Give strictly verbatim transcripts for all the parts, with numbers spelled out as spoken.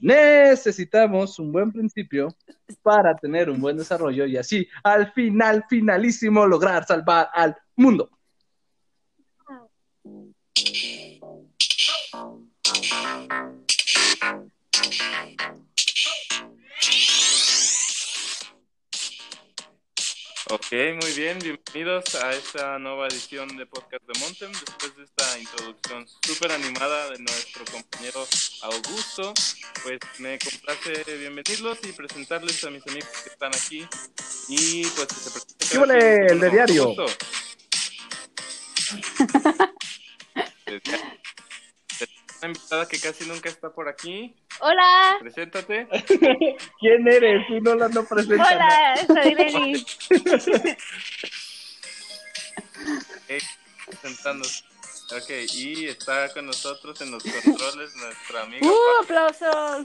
Necesitamos un buen principio para tener un buen desarrollo y así, al final, finalísimo, lograr salvar al mundo. Ok, muy bien, bienvenidos a esta nueva edición de Podcast de Montem, después de esta introducción súper animada de nuestro compañero Augusto. Pues me complace bienvenirlos y presentarles a mis amigos que están aquí y pues que se presenten cada quien en su El de turno. diario. Augusto. Una invitada que casi nunca está por aquí. Hola. Preséntate. ¿Quién eres? Si no la no presentas. Hola, soy Denis. Okay, presentándose. Ok, y está con nosotros en los controles nuestra amiga. ¡Uh, aplausos!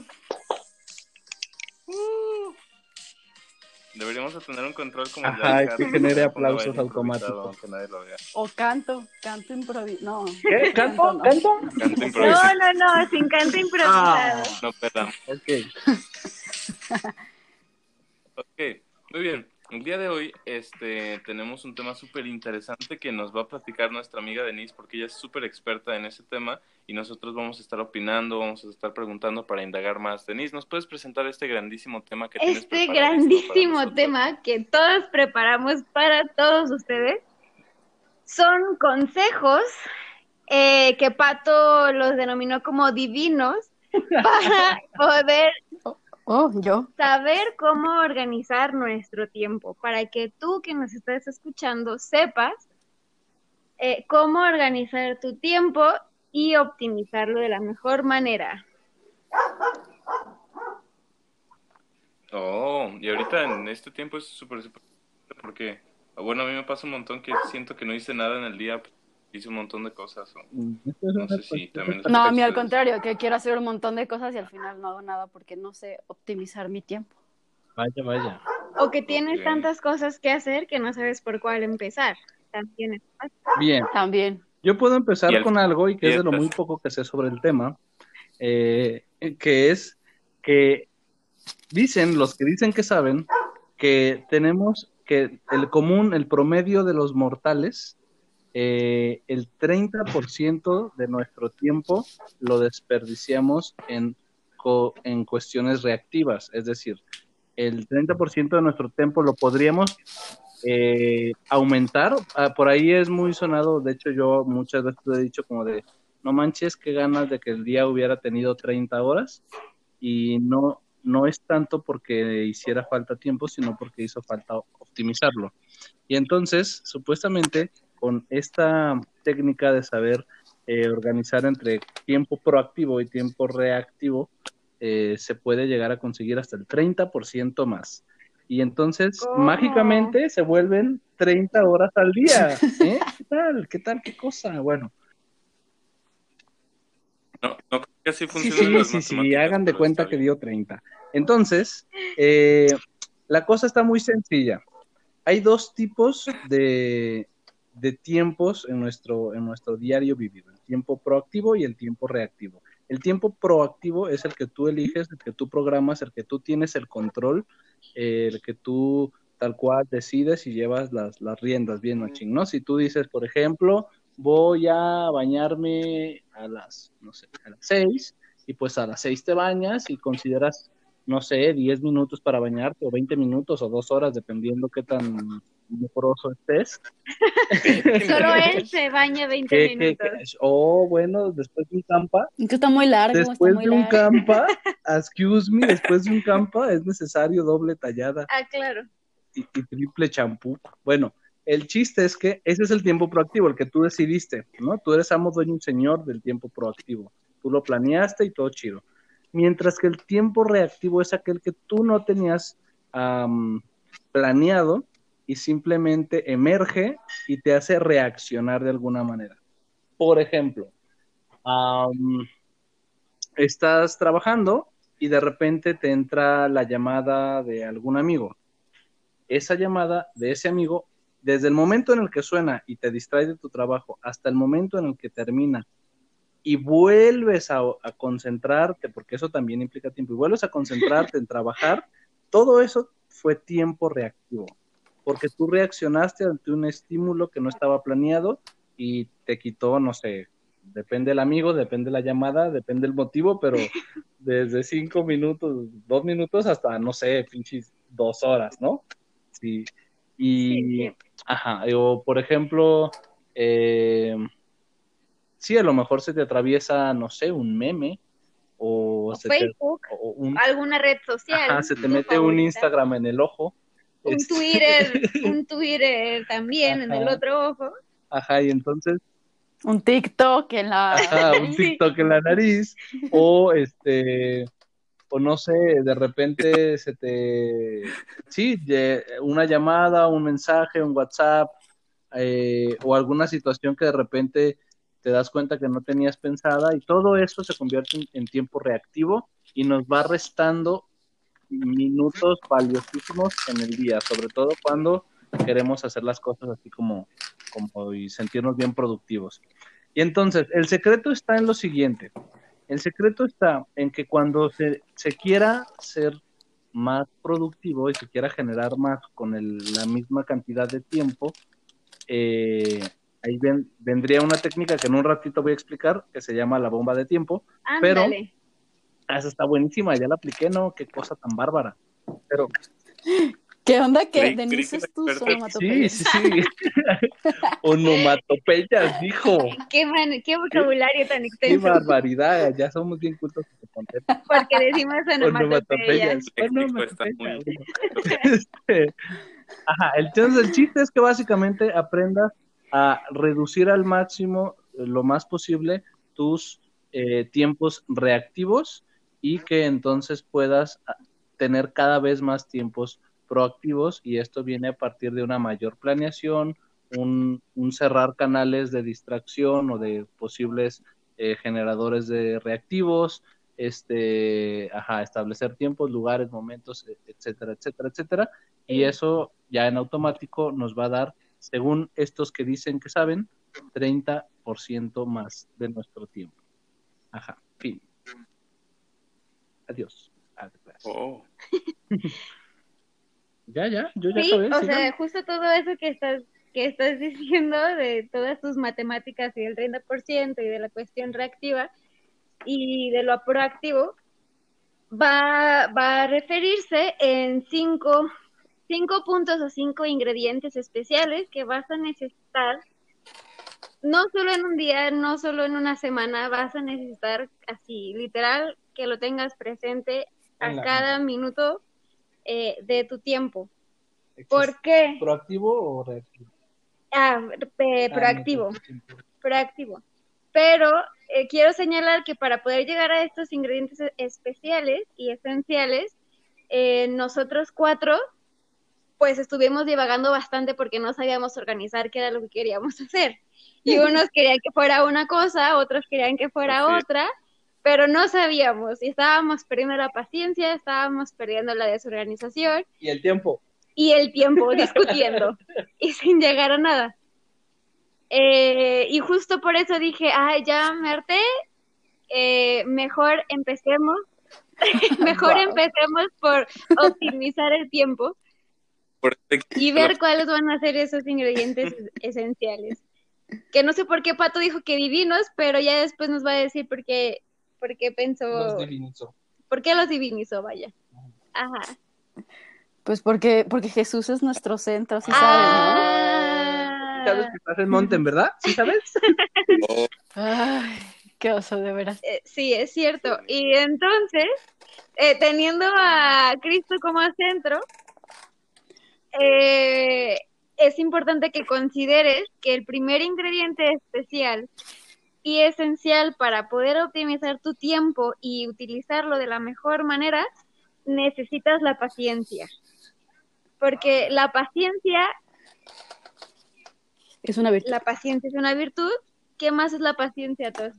Uh. Deberíamos de tener un control como el de Ajá, iCarly, que genere un fondo aplausos baile improvisado, automáticos. aunque nadie lo vea. O canto, canto improvisado. No. ¿Qué? ¿Canto? no. ¿Canto? Canto improvisado. No, no, no, sin canto improvisado. Ah, No perdamos. ok. Ok, muy bien. El día de hoy este, tenemos un tema súper interesante que nos va a platicar nuestra amiga Denise, porque ella es súper experta en ese tema y nosotros vamos a estar opinando, vamos a estar preguntando para indagar más. Denise, ¿nos puedes presentar este grandísimo tema que tienes Este preparadísimo para grandísimo nosotros? tema que todos preparamos para todos ustedes son consejos eh, que Pato los denominó como divinos para poder Oh, yo. saber cómo organizar nuestro tiempo, para que tú que nos estás escuchando sepas eh, cómo organizar tu tiempo y optimizarlo de la mejor manera. Oh, y ahorita en este tiempo es súper, súper, porque, bueno, a mí me pasa un montón que siento que no hice nada en el día, hice un montón de cosas, o no sé si también... No, a mí al contrario, que quiero hacer un montón de cosas y al final no hago nada porque no sé optimizar mi tiempo. Vaya, vaya. O que tienes Okay. tantas cosas que hacer que no sabes por cuál empezar. También es fácil. Bien. También. Yo puedo empezar el... con algo y que es de lo muy poco que sé sobre el tema, eh, que es que dicen, los que dicen que saben, que tenemos que el común, el promedio de los mortales, eh, el treinta por ciento de nuestro tiempo lo desperdiciamos en, co- en cuestiones reactivas, es decir, el treinta por ciento de nuestro tiempo lo podríamos eh, aumentar. Ah, por ahí es muy sonado, de hecho yo muchas veces he dicho como de, no manches, qué ganas de que el día hubiera tenido treinta horas, y no, no es tanto porque hiciera falta tiempo, sino porque hizo falta optimizarlo. Y entonces, supuestamente, con esta técnica de saber eh, organizar entre tiempo proactivo y tiempo reactivo, eh, se puede llegar a conseguir hasta el treinta por ciento más. Y entonces, ¿Cómo? mágicamente, se vuelven treinta horas al día. ¿Eh? ¿Qué tal? ¿Qué tal? ¿Qué cosa? Bueno. No, no creo que así Sí, funcionen sí, las sí, sí, matemáticas, hagan de pero cuenta está que bien. dio treinta. Entonces, eh, la cosa está muy sencilla. Hay dos tipos de, de tiempos en nuestro, en nuestro diario vivido, el tiempo proactivo y el tiempo reactivo. El tiempo proactivo es el que tú eliges, el que tú programas, el que tú tienes el control, eh, el que tú tal cual decides y llevas las, las riendas bien machín, ¿no? Si tú dices, por ejemplo, voy a bañarme a las, no sé, a las seis, y pues a las seis te bañas y consideras, no sé, diez minutos para bañarte, o veinte minutos, o dos horas, dependiendo qué tan mejoroso estés. Solo él se baña veinte ¿Qué, qué, minutos. qué? Oh, bueno, después de un campa, Esto está muy largo, está después muy de un largo. campa, excuse me, después de un campa es necesario doble tallada Ah, claro. y, y triple champú. Bueno, el chiste es que ese es el tiempo proactivo, el que tú decidiste, ¿no? Tú eres amo, dueño y señor del tiempo proactivo. Tú lo planeaste y todo chido. Mientras que el tiempo reactivo es aquel que tú no tenías um, planeado y simplemente emerge y te hace reaccionar de alguna manera. Por ejemplo, um, estás trabajando y de repente te entra la llamada de algún amigo. Esa llamada de ese amigo, desde el momento en el que suena y te distrae de tu trabajo hasta el momento en el que termina y vuelves a, a concentrarte, porque eso también implica tiempo, y vuelves a concentrarte en trabajar, todo eso fue tiempo reactivo, porque tú reaccionaste ante un estímulo que no estaba planeado y te quitó, no sé, depende el amigo, depende la llamada, depende el motivo, pero desde cinco minutos, dos minutos hasta, no sé, pinches dos horas, ¿no? Sí. Y, Sí, sí. ajá, o por ejemplo, eh, sí, a lo mejor se te atraviesa, no sé, un meme, o, O se te, Facebook, o un, alguna red ajá, social, se te tu mete un favorita. Instagram en el ojo. Un Este, Twitter, un Twitter también en el ajá, otro ojo. ajá, y entonces, Un TikTok en la ajá, un nariz. Sí. TikTok en la nariz, o este, o no sé, de repente se te, sí, de- una llamada, un mensaje, un WhatsApp, eh, o alguna situación que de repente te das cuenta que no tenías pensada, y todo eso se convierte en, en tiempo reactivo y nos va restando minutos valiosísimos en el día, sobre todo cuando queremos hacer las cosas así como, como y sentirnos bien productivos. Y entonces, el secreto está en lo siguiente. El secreto está en que cuando se, se quiera ser más productivo y se quiera generar más con el- la misma cantidad de tiempo, eh, ahí ven- vendría una técnica que en un ratito voy a explicar, que se llama la bomba de tiempo, pero Ándale. ah, esa está buenísima, ya la apliqué, ¿no? Qué cosa tan bárbara. Pero ¿Qué onda que Creí, creí que Denise la es tus experta sí, onomatopeyas? sí, sí. Onomatopeyas, dijo. Qué, man- qué Qué, vocabulario tan qué extenso. barbaridad, ya somos bien cultos en este contexto. Porque decimos onomatopeya. Onomatopeyas, léxico está onomatopeya. muy... Bueno. Este, ajá, entonces el chiste es que básicamente aprendas a reducir al máximo eh, lo más posible tus eh, tiempos reactivos, y que entonces puedas ah, tener cada vez más tiempos proactivos, y esto viene a partir de una mayor planeación, un, un cerrar canales de distracción o de posibles eh, generadores de reactivos, este, ajá, establecer tiempos, lugares, momentos, etcétera, etcétera, etcétera, y Sí. eso ya en automático nos va a dar, según estos que dicen que saben, treinta por ciento más de nuestro tiempo. Ajá, fin. Adiós. Adiós. Oh. Ya, ya, yo ya Sí, acabé, o sigan. sea, justo todo eso que estás, que estás diciendo de todas tus matemáticas y del treinta por ciento y de la cuestión reactiva y de lo proactivo, va, va a referirse en cinco, cinco puntos o cinco ingredientes especiales que vas a necesitar, no solo en un día, no solo en una semana, vas a necesitar así, literal, que lo tengas presente En a la cada vida. minuto eh, de tu tiempo. Exist- ¿Por qué? ¿Proactivo o reactivo? Ah, eh, Ah, no, proactivo, tu tiempo. proactivo. Pero eh, quiero señalar que para poder llegar a estos ingredientes e- especiales y esenciales, eh, nosotros cuatro, pues estuvimos divagando bastante porque no sabíamos organizar qué era lo que queríamos hacer. Y unos querían que fuera una cosa, otros querían que fuera Así es. otra, pero no sabíamos y estábamos perdiendo la paciencia, estábamos perdiendo la desorganización Y el tiempo. y el tiempo discutiendo y sin llegar a nada. Eh, y justo por eso dije, ay, ya me harté, eh, mejor empecemos, mejor Guau. empecemos por optimizar el tiempo Por eso y que los- ver cuáles van a ser esos ingredientes esenciales. Que no sé por qué Pato dijo que divinos, pero ya después nos va a decir por qué, por qué pensó, Los divinizó. por qué los divinizó, vaya. Ajá. Pues porque, porque Jesús es nuestro centro, sí sabes, ¿no? Ah, ¿Sabes que estás en Mountain, verdad? ¿Sí sabes? Oh, Ay, qué oso, de veras. eh, sí, es cierto. Y entonces, eh, teniendo a Cristo como centro, eh, es importante que consideres que el primer ingrediente especial y esencial para poder optimizar tu tiempo y utilizarlo de la mejor manera, necesitas la paciencia. Porque la paciencia, Es una virtud. la paciencia es una virtud. ¿Qué más es la paciencia, Tos?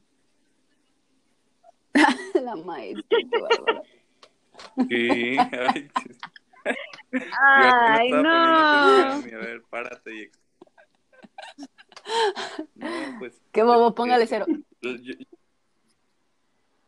La maestra, qué bárbara. sí. Ay, chis- yo aquí me Ay, estaba poniendo no. atención y a ver, párate y... ex- No, pues... Qué bobo, este, póngale cero. yo-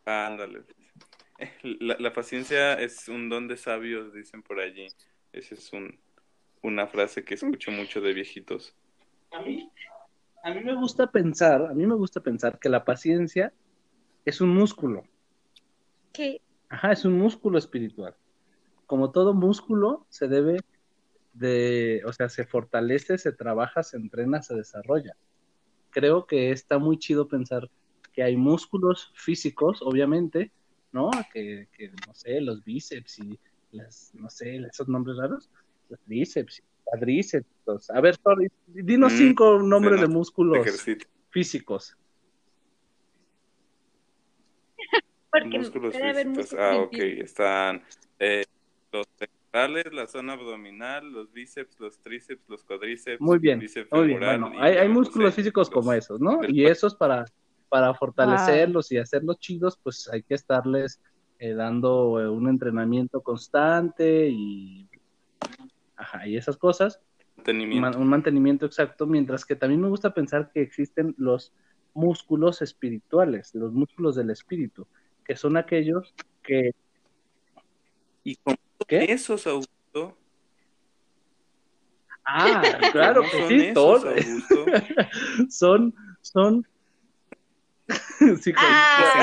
Ándale. La, la paciencia es un don de sabios, dicen por allí. Esa es un, una frase que escucho mucho de viejitos. A mí, a mí me gusta pensar, a mí me gusta pensar que la paciencia es un músculo. ¿Qué? Ajá, es un músculo espiritual. Como todo músculo, se debe de, o sea, se fortalece, se trabaja, se entrena, se desarrolla. Creo que está muy chido pensar que hay músculos físicos, obviamente, ¿no? Que, que no sé, los bíceps y las, no sé, esos nombres raros, los tríceps, cuadríceps. los- A ver, sorry, dinos Mm, cinco se nombres de nota que músculos ejercita. físicos. Porque Músculos debe haber físicos. músculos Ah, ok. físicos. Están eh, los pectorales, la zona abdominal, los bíceps, los tríceps, los Muy cuádriceps, bien, bíceps muy bien. femoral Bueno, y hay, hay ya me músculos puse físicos como los esos, ¿no? del Y esos para, para Wow. fortalecerlos y hacerlos chidos, pues hay que estarles eh, dando eh, un entrenamiento constante y, ajá, y esas cosas, man- mantenimiento. un mantenimiento exacto, mientras que también me gusta pensar que existen los músculos espirituales, los músculos del espíritu, que son aquellos que, ¿Y cómo son ¿qué? esos, Augusto? Ah, ¿Y claro cómo que son sí, esos, Thor. Augusto? son, son, sí, con,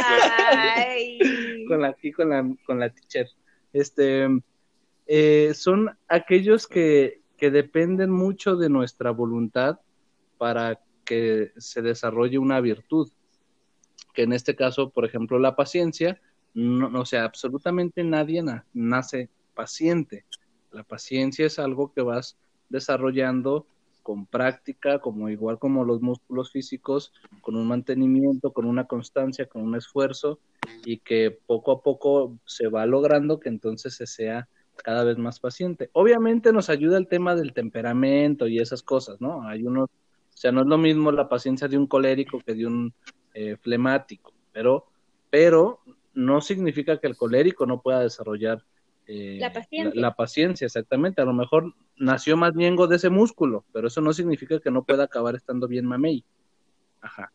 con Ay. la, aquí con la, con la teacher. Este, eh, son aquellos que, que dependen mucho de nuestra voluntad para que se desarrolle una virtud, que en este caso, por ejemplo, la paciencia, no, o sea, absolutamente nadie na- nace paciente. La paciencia es algo que vas desarrollando con práctica, como igual como los músculos físicos, con un mantenimiento, con una constancia, con un esfuerzo, y que poco a poco se va logrando que entonces se sea cada vez más paciente. Obviamente nos ayuda el tema del temperamento y esas cosas, ¿no? Hay unos, o sea, no es lo mismo la paciencia de un colérico que de un eh, flemático, pero, pero no significa que el colérico no pueda desarrollar La eh, la, paciencia. la, paciencia, exactamente. A lo mejor nació más miengo de ese músculo, pero eso no significa que no pueda acabar estando bien mamey. Ajá.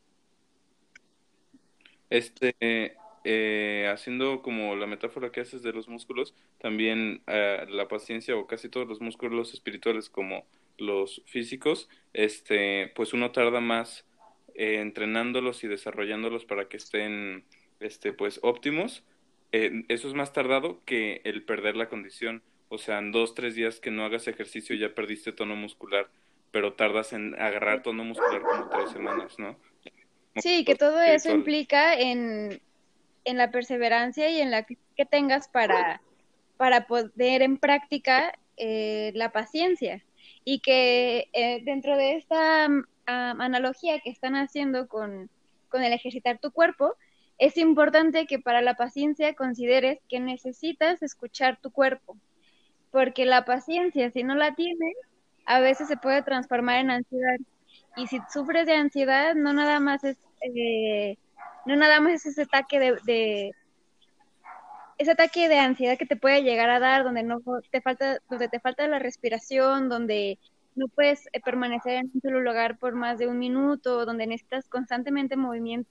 Este, eh, haciendo como la metáfora que haces de los músculos, también eh, la paciencia o casi todos los músculos espirituales como los físicos, este, pues uno tarda más eh, entrenándolos y desarrollándolos para que estén, este, pues óptimos. Eh, eso es más tardado que el perder la condición. O sea, en dos, tres días que no hagas ejercicio ya perdiste tono muscular, pero tardas en agarrar tono muscular como tres semanas, ¿no? Como Sí, que los todo eso espirituales. implica en, en la perseverancia y en la que, que tengas para, para poner en práctica eh, la paciencia. Y que eh, dentro de esta um, analogía que están haciendo con, con el ejercitar tu cuerpo, es importante que para la paciencia consideres que necesitas escuchar tu cuerpo, porque la paciencia, si no la tienes, a veces se puede transformar en ansiedad. Y si sufres de ansiedad, no nada más es, eh, no nada más es ese ataque de, de, ese ataque de ansiedad que te puede llegar a dar, donde no te falta, donde te falta la respiración, donde no puedes eh, permanecer en un solo lugar por más de un minuto, donde necesitas constantemente movimiento.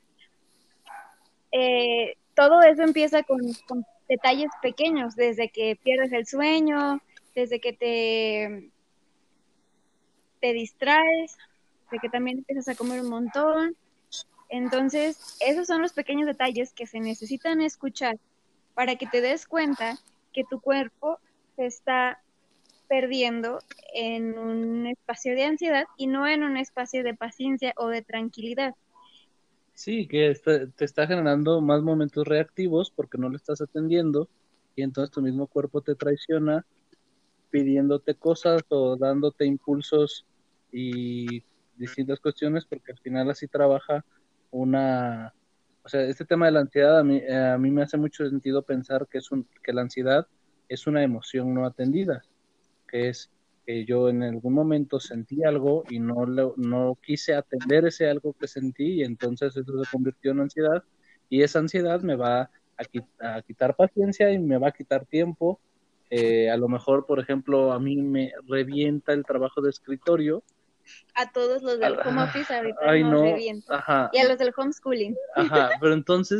Eh, todo eso empieza con, con detalles pequeños, desde que pierdes el sueño, desde que te te distraes, de que también empiezas a comer un montón. Entonces, esos son los pequeños detalles que se necesitan escuchar para que te des cuenta que tu cuerpo se está perdiendo en un espacio de ansiedad y no en un espacio de paciencia o de tranquilidad. Sí, que está- te está generando más momentos reactivos porque no lo estás atendiendo y entonces tu mismo cuerpo te traiciona pidiéndote cosas o dándote impulsos y distintas cuestiones, porque al final así trabaja una, o sea, este tema de la ansiedad a mí, eh, a mí me hace mucho sentido pensar que es un, que la ansiedad es una emoción no atendida, que es que yo en algún momento sentí algo y no, lo, no quise atender ese algo que sentí y entonces eso se convirtió en ansiedad y esa ansiedad me va a, qui- a quitar paciencia y me va a quitar tiempo. Eh, a lo mejor, por ejemplo, a mí me revienta el trabajo de escritorio. A todos los del home Ah, office ahorita ay, nos no, revienta. ajá, Y a los del homeschooling. ajá, pero entonces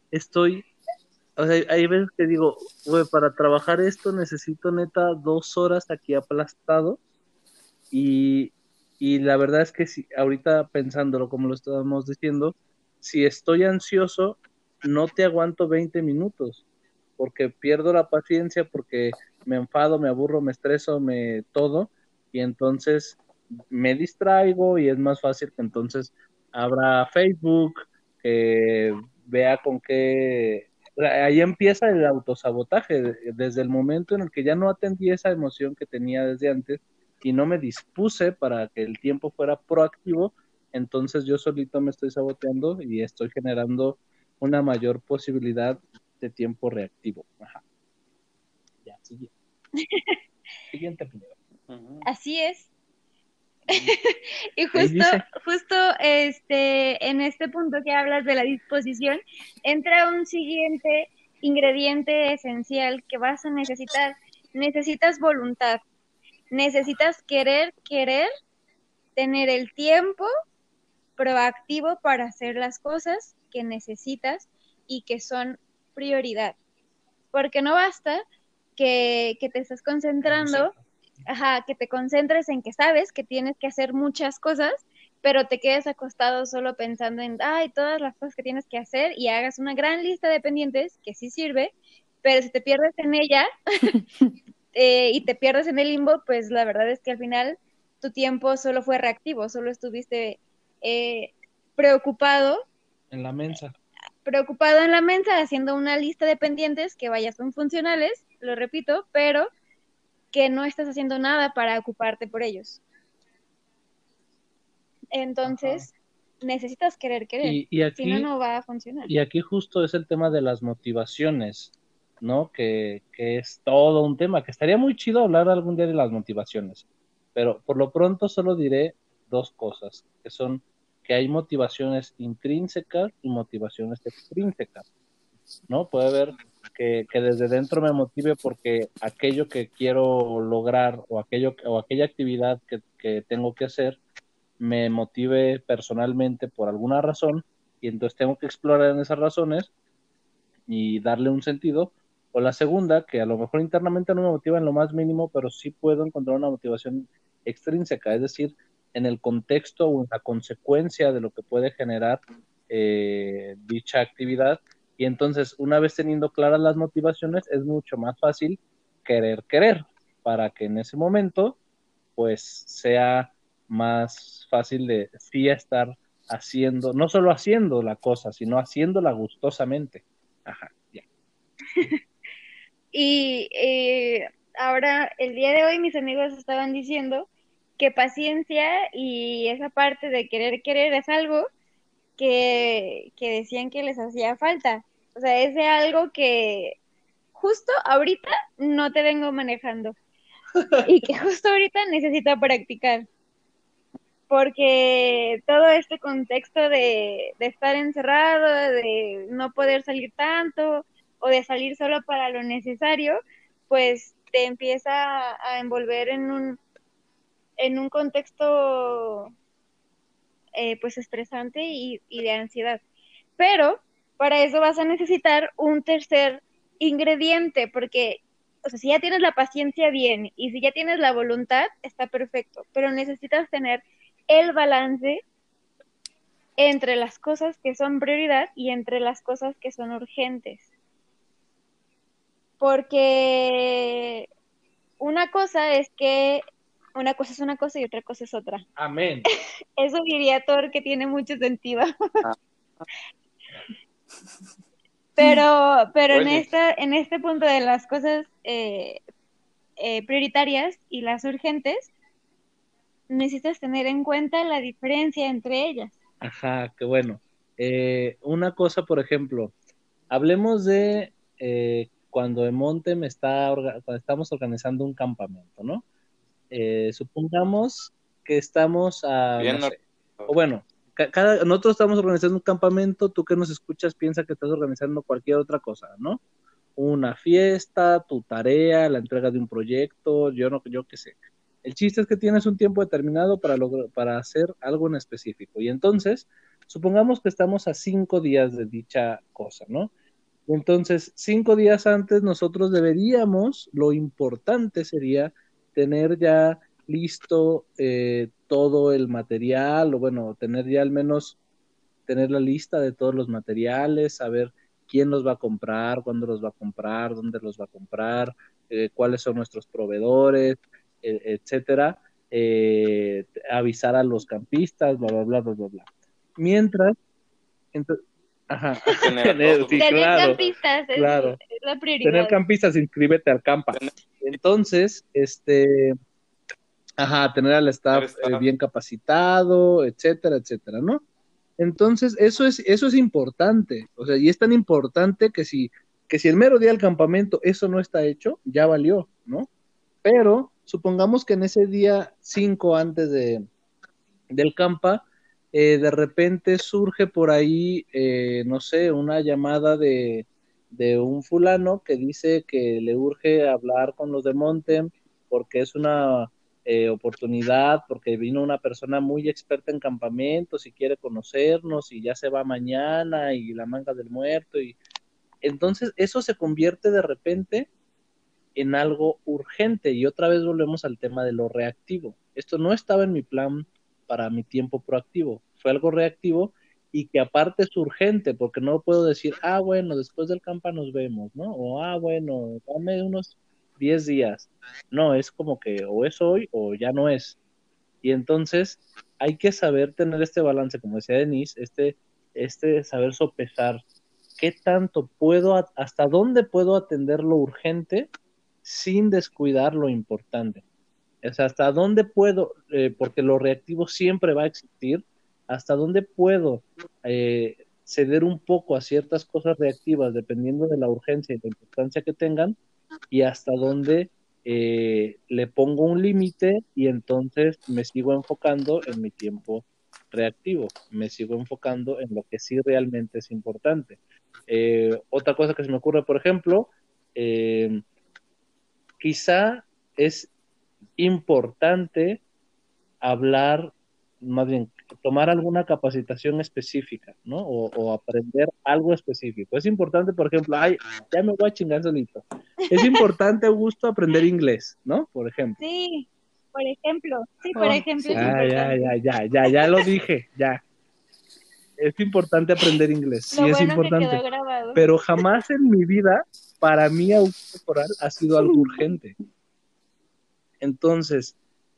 estoy, o sea, hay veces que digo, güey, para trabajar esto necesito neta dos horas aquí aplastado y, y la verdad es que si, ahorita pensándolo como lo estábamos diciendo, si estoy ansioso, no te aguanto veinte minutos, porque pierdo la paciencia, porque me enfado, me aburro, me estreso, me todo, y entonces me distraigo y es más fácil que entonces abra Facebook, que vea con qué... Ahí empieza el autosabotaje, desde el momento en el que ya no atendí esa emoción que tenía desde antes y no me dispuse para que el tiempo fuera proactivo, entonces yo solito me estoy saboteando y estoy generando una mayor posibilidad de tiempo reactivo. Ajá. Ya, siguiente. Siguiente punto. Ujú. Así es. Y Ahí justo, dice, justo este, en este punto que hablas de la disposición, entra un siguiente ingrediente esencial que vas a necesitar. Necesitas voluntad, necesitas querer, querer, tener el tiempo proactivo para hacer las cosas que necesitas y que son prioridad. Porque no basta que, que te estés concentrando, ajá, que te concentres en que sabes que tienes que hacer muchas cosas, pero te quedes acostado solo pensando en, ay, todas las cosas que tienes que hacer y hagas una gran lista de pendientes, que sí sirve, pero si te pierdes en ella eh, y te pierdes en el limbo, pues la verdad es que al final tu tiempo solo fue reactivo, solo estuviste eh, preocupado, en la mensa. preocupado en la mesa haciendo una lista de pendientes que vaya son funcionales, lo repito, pero que no estás haciendo nada para ocuparte por ellos. Entonces, ajá, necesitas querer querer, Y, y si no, aquí, no va a funcionar. y aquí justo es el tema de las motivaciones, ¿no? Que, que es todo un tema, que estaría muy chido hablar algún día de las motivaciones, pero por lo pronto solo diré dos cosas, que son que hay motivaciones intrínsecas y motivaciones extrínsecas, ¿no? Puede haber que, que desde dentro me motive porque aquello que quiero lograr o aquello o aquella actividad que, que tengo que hacer me motive personalmente por alguna razón y entonces tengo que explorar en esas razones y darle un sentido. O la segunda, que a lo mejor internamente no me motiva en lo más mínimo, pero sí puedo encontrar una motivación extrínseca, es decir, en el contexto o en la consecuencia de lo que puede generar eh, dicha actividad. Y entonces, una vez teniendo claras las motivaciones, es mucho más fácil querer querer para que en ese momento, pues, sea más fácil de sí estar haciendo, no solo haciendo la cosa, sino haciéndola gustosamente. Ajá, ya. Y eh, ahora, el día de hoy, mis amigos estaban diciendo que paciencia y esa parte de querer querer es algo que, que decían que les hacía falta. O sea, es de algo que justo ahorita no te vengo manejando y que justo ahorita necesito practicar. Porque todo este contexto de, de estar encerrado, de no poder salir tanto o de salir solo para lo necesario, pues te empieza a, a envolver en un, en un contexto eh, pues estresante y, y de ansiedad. Pero para eso vas a necesitar un tercer ingrediente, porque, o sea, si ya tienes la paciencia bien y si ya tienes la voluntad, está perfecto, pero necesitas tener el balance entre las cosas que son prioridad y entre las cosas que son urgentes. Porque una cosa es que una cosa es una cosa y otra cosa es otra. Amén. Eso diría Thor, que tiene mucho sentido. Pero, pero en, Oye, esta, en este punto de las cosas eh, eh, prioritarias y las urgentes, necesitas tener en cuenta la diferencia entre ellas. Ajá, qué bueno. Eh, una cosa, por ejemplo, hablemos de eh, cuando en Montem está, orga- cuando estamos organizando un campamento, ¿no? Eh, supongamos que estamos a, no bien, sé, o bueno, ca- cada, nosotros estamos organizando un campamento, tú que nos escuchas piensa que estás organizando cualquier otra cosa, ¿no? Una fiesta, tu tarea, la entrega de un proyecto, yo no, yo qué sé. El chiste es que tienes un tiempo determinado para, lograr, para hacer algo en específico. Y entonces, supongamos que estamos a cinco días de dicha cosa, ¿no? Entonces, cinco días antes nosotros deberíamos, lo importante sería tener ya listo eh, todo el material, o bueno, tener ya al menos, tener la lista de todos los materiales, saber quién los va a comprar, cuándo los va a comprar, dónde los va a comprar, eh, cuáles son nuestros proveedores, eh, etcétera, eh, avisar a los campistas, bla, bla, bla, bla, bla, bla. Mientras, entonces, ajá, Tener a tener, todos. sí, Tener claro, campistas es, claro. es la Tener prioridad. campistas, inscríbete al campa. Entonces, este, ajá, tener al staff Tener staff. eh, bien capacitado, etcétera, etcétera, ¿no? Entonces, eso es, eso es importante, o sea, y es tan importante que si, que si el mero día del campamento eso no está hecho, ya valió, ¿no? Pero supongamos que en ese día cinco antes de, del campa, eh, de repente surge por ahí, eh, no sé, una llamada de, de un fulano que dice que le urge hablar con los de Montem porque es una eh, oportunidad, porque vino una persona muy experta en campamentos y quiere conocernos y ya se va mañana y la manga del muerto y entonces eso se convierte de repente en algo urgente y otra vez volvemos al tema de lo reactivo. Esto no estaba en mi plan para mi tiempo proactivo, fue algo reactivo y que aparte es urgente porque no puedo decir, ah, bueno, después del campa nos vemos, ¿no? O, ah, bueno, dame unos diez días. No, es como que o es hoy o ya no es. Y entonces hay que saber tener este balance, como decía Denise, este, este saber sopesar qué tanto puedo, hasta dónde puedo atender lo urgente sin descuidar lo importante. O sea, hasta dónde puedo, eh, porque lo reactivo siempre va a existir, hasta dónde puedo eh, ceder un poco a ciertas cosas reactivas dependiendo de la urgencia y la importancia que tengan, y hasta dónde eh, le pongo un límite y entonces me sigo enfocando en mi tiempo reactivo, me sigo enfocando en lo que sí realmente es importante. Eh, otra cosa que se me ocurre, por ejemplo, eh, quizá es importante hablar, más bien, tomar alguna capacitación específica, ¿no? O, o aprender algo específico. Es importante, por ejemplo, ay, ya me voy a chingar solito. Es importante, Augusto, aprender inglés, ¿no? Por ejemplo. Sí, por ejemplo, sí, por Oh, ejemplo sí. es Ah, ya, importante. ya, ya, ya, ya lo dije, ya. Es importante aprender inglés, sí Lo es bueno que importante. quedó grabado. Pero jamás en mi vida, para mí, Augusto Coral ha sido algo urgente. Entonces,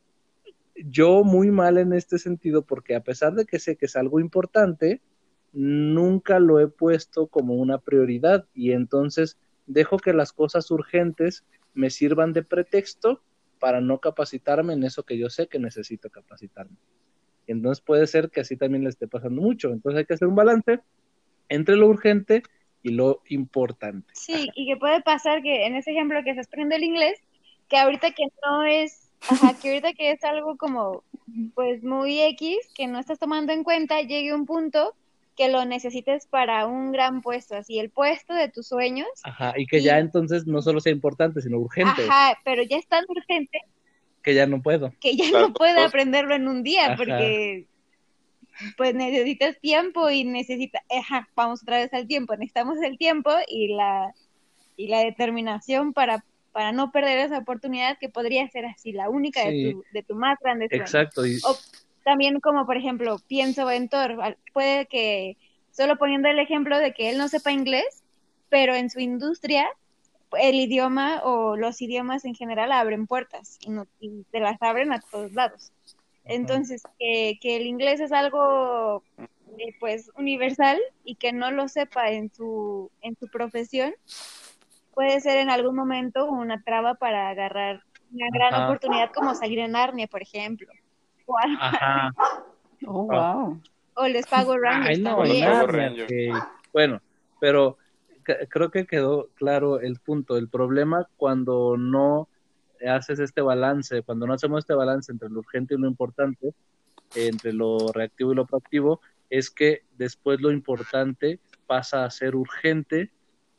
yo muy mal en este sentido porque a pesar de que sé que es algo importante, nunca lo he puesto como una prioridad y entonces dejo que las cosas urgentes me sirvan de pretexto para no capacitarme en eso que yo sé que necesito capacitarme. Entonces puede ser que así también le esté pasando mucho. Entonces hay que hacer un balance entre lo urgente y lo importante. Sí, y que puede pasar que en ese ejemplo que estás poniendo el inglés, que ahorita que no es, ajá, que ahorita que es algo como, pues muy X, que no estás tomando en cuenta, llegue un punto que lo necesites para un gran puesto, así el puesto de tus sueños. Ajá, y que Y, ya entonces no solo sea importante, sino urgente, ajá, pero ya es tan urgente que ya no puedo. que ya Las no dos puede cosas. aprenderlo en un día, Ajá. porque pues necesitas tiempo y necesitas, ajá, vamos otra vez al tiempo, necesitamos el tiempo y la, y la determinación para, para no perder esa oportunidad que podría ser así, la única de Sí, tu, de tu más grande sueño. exacto. Y, O también como por ejemplo, pienso en Thor, puede que, solo poniendo el ejemplo de que él no sepa inglés, pero en su industria el idioma o los idiomas en general abren puertas y, no, y te las abren a todos lados. Entonces, que, que el inglés es algo eh, pues universal y que no lo sepa en su, en su profesión, puede ser en algún momento una traba para agarrar una gran Ajá. oportunidad como salir en Narnia, por ejemplo. O, algo Ajá. así. Oh, Ah. wow. O les pago Rangers Ay, no, O los también. Power Narnia, Rangers. ok. Bueno, pero c- creo que quedó claro el punto. El problema cuando no haces este balance, cuando no hacemos este balance entre lo urgente y lo importante, eh, entre lo reactivo y lo proactivo, es que después lo importante pasa a ser urgente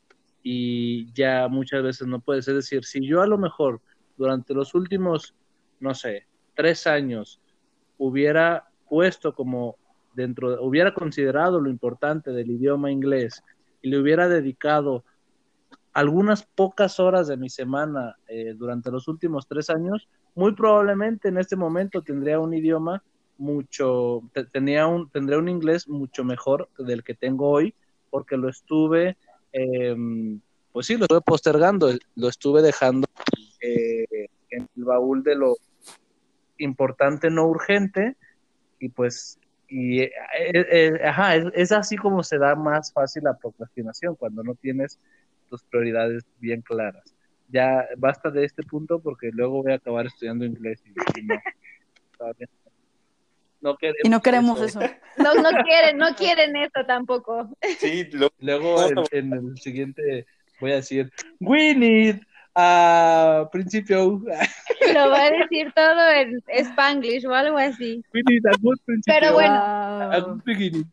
y ya muchas veces no puedes. Es decir, si yo a lo mejor durante los últimos, no sé, tres años hubiera puesto como dentro, hubiera considerado lo importante del idioma inglés y le hubiera dedicado algunas pocas horas de mi semana eh, durante los últimos tres años, muy probablemente en este momento tendría un idioma mucho, te, tenía un, tendría un inglés mucho mejor del que tengo hoy, porque lo estuve, eh, pues sí, lo estuve postergando, lo estuve dejando eh, en el baúl de lo importante no urgente, y pues, y eh, eh, eh, ajá, es, es así como se da más fácil la procrastinación, cuando no tienes tus prioridades bien claras. Ya basta de este punto porque luego voy a acabar estudiando inglés y, y no, no queremos Y no queremos eso. eso. No, no quieren, no quieren eso tampoco. Sí, lo... Luego en, en el siguiente voy a decir, we need a principio. Lo va a decir todo en Spanglish o algo así. We need a good principio. Pero bueno, A good beginning.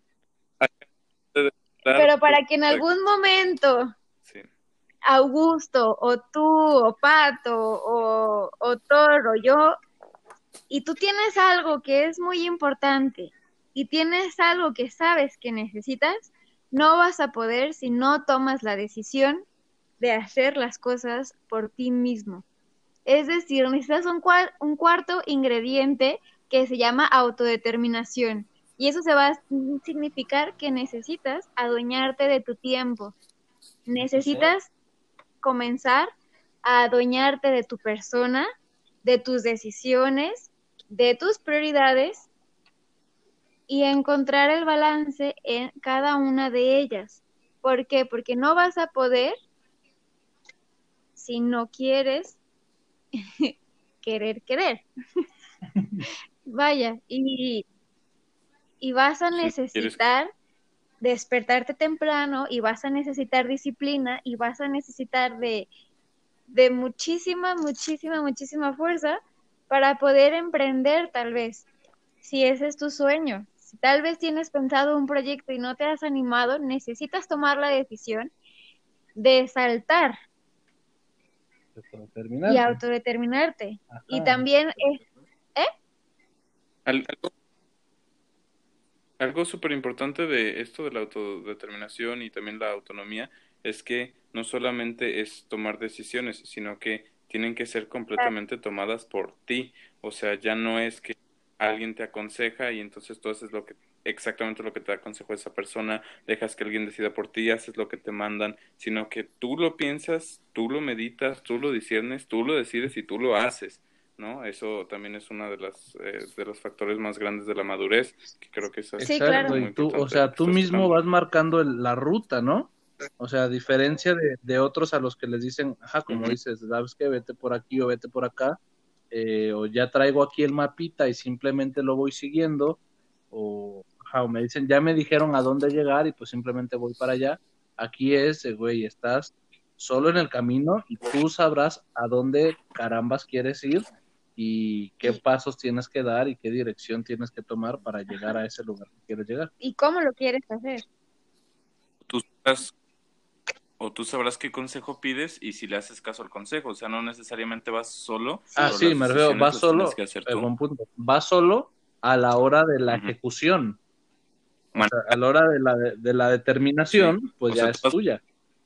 pero para que en algún momento Sí. Augusto o tú o Pato o, o Toro, yo, y tú tienes algo que es muy importante y tienes algo que sabes que necesitas, no vas a poder si no tomas la decisión de hacer las cosas por ti mismo. Es decir, necesitas un, cuar- un cuarto ingrediente que se llama autodeterminación. Y eso se va a significar que necesitas adueñarte de tu tiempo. Necesitas comenzar a adueñarte de tu persona, de tus decisiones, de tus prioridades y encontrar el balance en cada una de ellas. ¿Por qué? Porque no vas a poder si no quieres querer querer. Vaya, y, y vas a necesitar sí, despertarte temprano y vas a necesitar disciplina y vas a necesitar de, de muchísima, muchísima, muchísima fuerza para poder emprender tal vez, si ese es tu sueño. Si tal vez tienes pensado un proyecto y no te has animado, necesitas tomar la decisión de saltar y autodeterminarte. Ajá. Y también es... ¿Eh? Algo, algo súper importante de esto de la autodeterminación y también la autonomía es que no solamente es tomar decisiones, sino que tienen que ser completamente tomadas por ti. O sea, ya no es que alguien te aconseja y entonces tú haces lo que exactamente lo que te aconsejó esa persona, dejas que alguien decida por ti, haces lo que te mandan, sino que tú lo piensas, tú lo meditas, tú lo disiernes, tú lo decides y tú lo haces, ¿no? Eso también es uno de las eh, de los factores más grandes de la madurez, que creo que es sí, claro. Y tú, o sea, tú mismo tocando. Vas marcando el, la ruta, ¿no? O sea, a diferencia de, de otros a los que les dicen, ajá, como uh-huh. dices, sabes que vete por aquí o vete por acá, eh, o ya traigo aquí el mapita y simplemente lo voy siguiendo, o, ajá, o me dicen, ya me dijeron a dónde llegar y pues simplemente voy para allá. Aquí es, güey, estás solo en el camino y tú sabrás a dónde carambas quieres ir y qué pasos tienes que dar y qué dirección tienes que tomar para llegar a ese lugar que quieres llegar. ¿Y cómo lo quieres hacer? Tú sabrás, o tú sabrás qué consejo pides y si le haces caso al consejo, o sea, no necesariamente vas solo. Ah, sí, me refiero, vas solo, un punto, vas solo a la hora de la uh-huh. ejecución. O sea, a la hora de la, de, de la determinación, sí. pues o ya sea, es vas... tuya.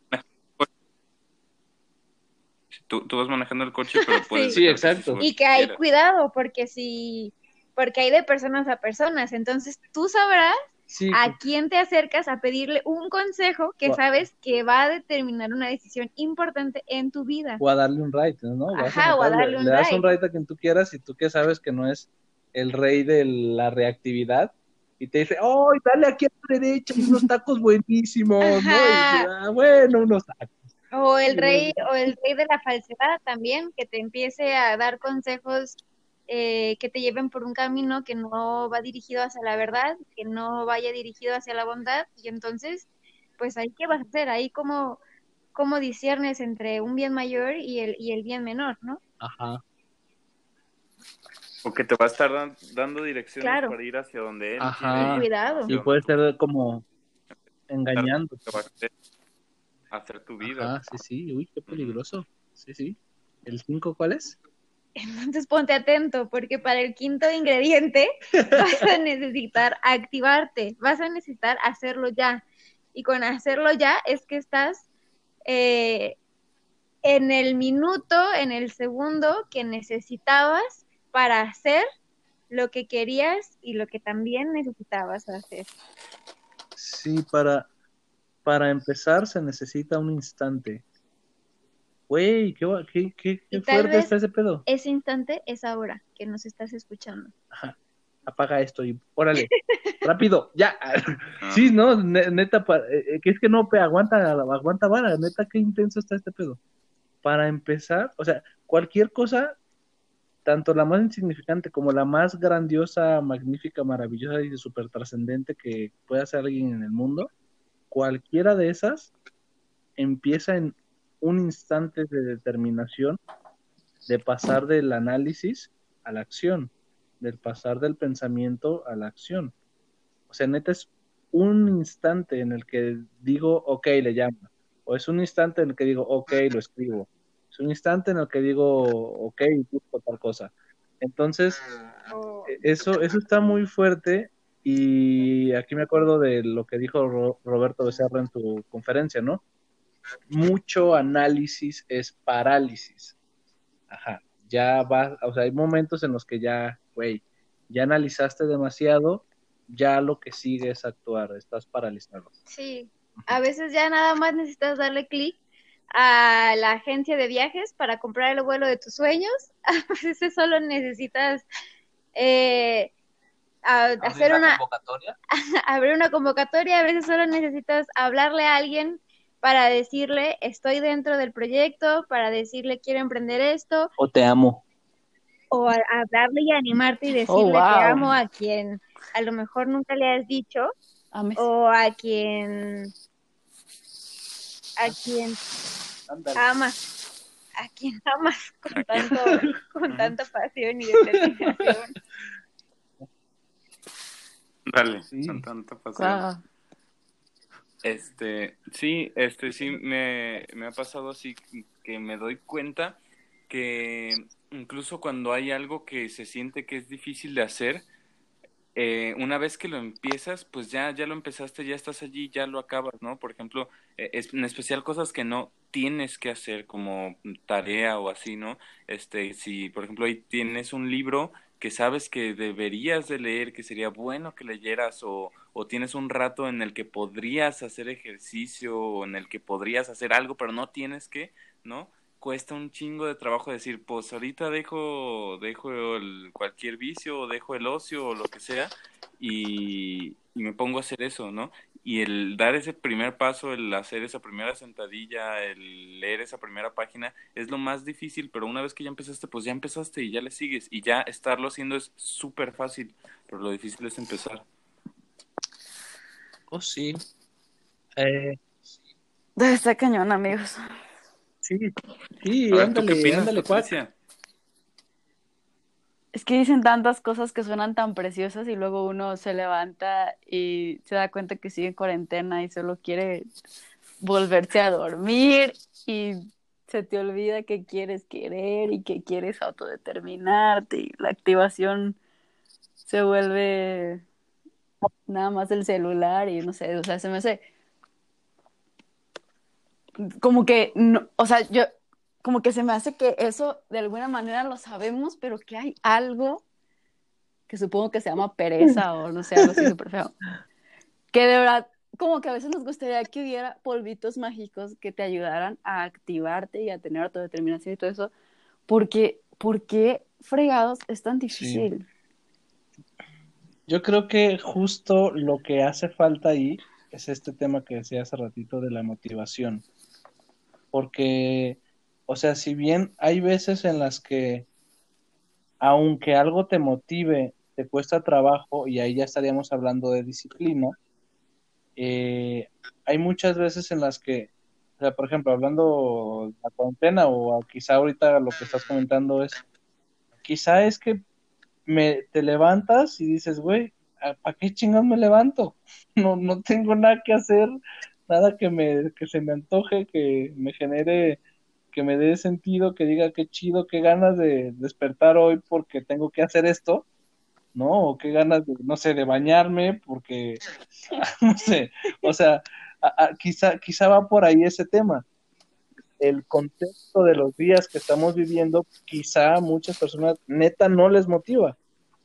Tú, tú vas manejando el coche, pero puedes... Sí, exacto. Y que hay cuidado, porque si... Porque hay de personas a personas, entonces tú sabrás sí. a quién te acercas a pedirle un consejo que wow. sabes que va a determinar una decisión importante en tu vida. O a darle un ride, ¿no? Vas Ajá, a o a darle un le ride. das un ride a quien tú quieras y tú que sabes que no es el rey de la reactividad y te dice, ¡oh, dale aquí a la derecha, unos tacos buenísimos! Ajá. ¿No? Y dice, ah, bueno, unos tacos. O el rey, o el rey de la falsedad también, que te empiece a dar consejos eh, que te lleven por un camino que no va dirigido hacia la verdad, que no vaya dirigido hacia la bondad, y entonces, pues ahí qué vas a hacer, ahí cómo, cómo disiernes entre un bien mayor y el, y el bien menor, ¿no? Ajá. O que te va a estar dan, dando direcciones claro. para ir hacia donde él Ajá. quiere ir. Cuidado. Y puede ser como engañando. Hacer tu vida. Ah, sí, sí, uy, qué peligroso. Uh-huh. Sí, sí. ¿El cinco cuál es? Entonces ponte atento, porque para el quinto ingrediente vas a necesitar activarte, vas a necesitar hacerlo ya. Y con hacerlo ya es que estás eh, en el minuto, en el segundo que necesitabas para hacer lo que querías y lo que también necesitabas hacer. Sí, para, para empezar se necesita un instante. Güey, qué, gua- qué, qué, qué Y tal fuerte vez está ese pedo. ese instante es ahora que nos estás escuchando. Ajá, apaga esto y órale, rápido, ya. Ah, Sí, no, ne- neta, pa- eh, eh, que es que no, pe, aguanta, aguanta vara, neta, qué intenso está este pedo. Para empezar, o sea, cualquier cosa, tanto la más insignificante como la más grandiosa, magnífica, maravillosa y súper trascendente que pueda hacer alguien en el mundo, cualquiera de esas empieza en un instante de determinación de pasar del análisis a la acción, del pasar del pensamiento a la acción. O sea, neta es un instante en el que digo, ok, le llamo. O es un instante en el que digo, ok, lo escribo. Es un instante en el que digo, ok, busco tal cosa. Entonces, O e- eso, eso está muy fuerte y aquí me acuerdo de lo que dijo Ro- Roberto Becerra en su conferencia, ¿no? Mucho análisis es parálisis. Ajá, ya va, o sea, hay momentos en los que ya, güey, ya analizaste demasiado, ya lo que sigue es actuar, estás paralizado. sí, a veces ya nada más necesitas darle clic a la agencia de viajes para comprar el vuelo de tus sueños. A veces solo necesitas eh, a- hacer una, convocatoria? abrir una convocatoria, a veces solo necesitas hablarle a alguien para decirle estoy dentro del proyecto, para decirle quiero emprender esto, O te amo. o a- hablarle y animarte y Oh, decirle te wow. amo a quien a lo mejor nunca le has dicho, Ames. o a quien a quien Ándale. amas, a quien amas con ¿A quién? tanto, con Ujú. tanta pasión y determinación. Dale, Sí. con tanta pasión. Wow. Este, sí, este sí me, me ha pasado así que me doy cuenta que incluso cuando hay algo que se siente que es difícil de hacer, eh, una vez que lo empiezas, pues ya, ya lo empezaste, ya estás allí, ya lo acabas, ¿no? Por ejemplo, eh, es, en especial cosas que no tienes que hacer como tarea o así, ¿no? Este, si, por ejemplo, ahí tienes un libro que sabes que deberías de leer, que sería bueno que leyeras, o, o tienes un rato en el que podrías hacer ejercicio, o en el que podrías hacer algo, pero no tienes que, ¿no? Cuesta un chingo de trabajo decir, pues ahorita dejo, dejo el, cualquier vicio, o dejo el ocio, o lo que sea, y, y me pongo a hacer eso, ¿no? Y el dar ese primer paso, el hacer esa primera sentadilla, el leer esa primera página, es lo más difícil, pero una vez que ya empezaste, pues ya empezaste y ya le sigues, y ya estarlo haciendo es súper fácil, pero lo difícil es empezar. Oh, sí. Eh, Está cañón, amigos. sí, sí, A ver, ¿tú qué ándale, opinas, ándale, cuac. Patricia? Es que dicen tantas cosas que suenan tan preciosas y luego uno se levanta y se da cuenta que sigue en cuarentena y solo quiere volverse a dormir y se te olvida que quieres querer y que quieres autodeterminarte y la activación se vuelve nada más el celular y no sé, o sea, se me hace como que, no, o sea, yo, como que se me hace que eso de alguna manera lo sabemos, pero que hay algo que supongo que se llama pereza o no sé, algo así súper feo, que de verdad, como que a veces nos gustaría que hubiera polvitos mágicos que te ayudaran a activarte y a tener autodeterminación y todo eso, porque, ¿por qué fregados es tan Sí. difícil? Yo creo que justo lo que hace falta ahí es este tema que decía hace ratito de la motivación. Porque, o sea, si bien hay veces en las que, aunque algo te motive, te cuesta trabajo, y ahí ya estaríamos hablando de disciplina, eh, hay muchas veces en las que, o sea, por ejemplo, hablando de la cuarentena, o quizá ahorita lo que estás comentando es, quizá es que me, te levantas y dices, güey, ¿para qué chingados me levanto? No, no tengo nada que hacer, nada que me, que se me antoje, que me genere, que me dé sentido, que diga qué chido, qué ganas de despertar hoy porque tengo que hacer esto, ¿no? O qué ganas de, no sé, de bañarme porque, no sé, o sea, a, a, quizá, quizá va por ahí ese tema. El contexto de los días que estamos viviendo, quizá a muchas personas neta no les motiva.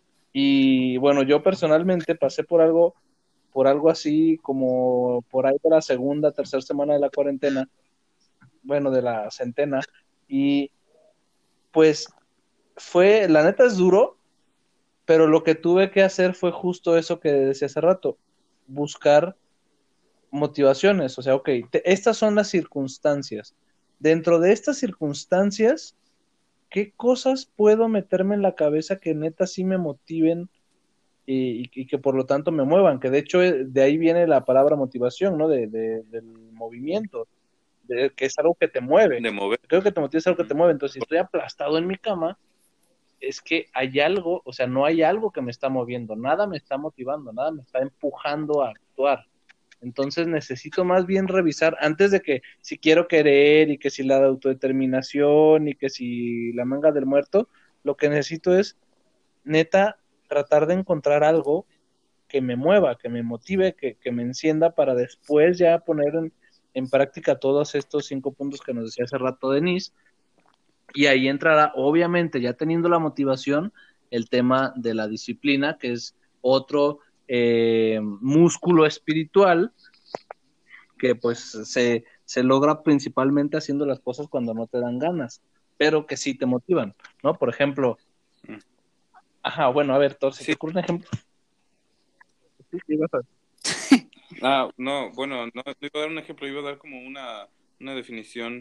Y bueno, yo personalmente pasé por algo, por algo así como por ahí de la segunda, tercera semana de la cuarentena, bueno, de la centena, y pues fue, la neta es duro, pero lo que tuve que hacer fue justo eso que decía hace rato, buscar motivaciones, o sea, ok, te, estas son las circunstancias. Dentro de estas circunstancias, ¿qué cosas puedo meterme en la cabeza que neta sí me motiven y, y que por lo tanto me muevan? Que de hecho de ahí viene la palabra motivación, ¿no? De, de, del movimiento, de, que es algo que te mueve. De mover. Creo que te motiva es algo que te mueve. Entonces, si estoy aplastado en mi cama, es que hay algo, o sea, no hay algo que me está moviendo, nada me está motivando, nada me está empujando a actuar. Entonces necesito más bien revisar antes de que si quiero querer y que si la autodeterminación y que si la manga del muerto, lo que necesito es neta tratar de encontrar algo que me mueva, que me motive, que, que me encienda para después ya poner en, en práctica todos estos cinco puntos que nos decía hace rato Denise. Y ahí entrará, obviamente, ya teniendo la motivación, el tema de la disciplina, que es otro eh, músculo espiritual que pues se, se logra principalmente haciendo las cosas cuando no te dan ganas, pero que sí te motivan, ¿no? Por ejemplo, ajá, bueno, a ver, Thor, ¿se Sí. te ocurre un ejemplo? Sí, sí, vas a... Ah, no, bueno, no, no iba a dar un ejemplo, iba a dar como una, una definición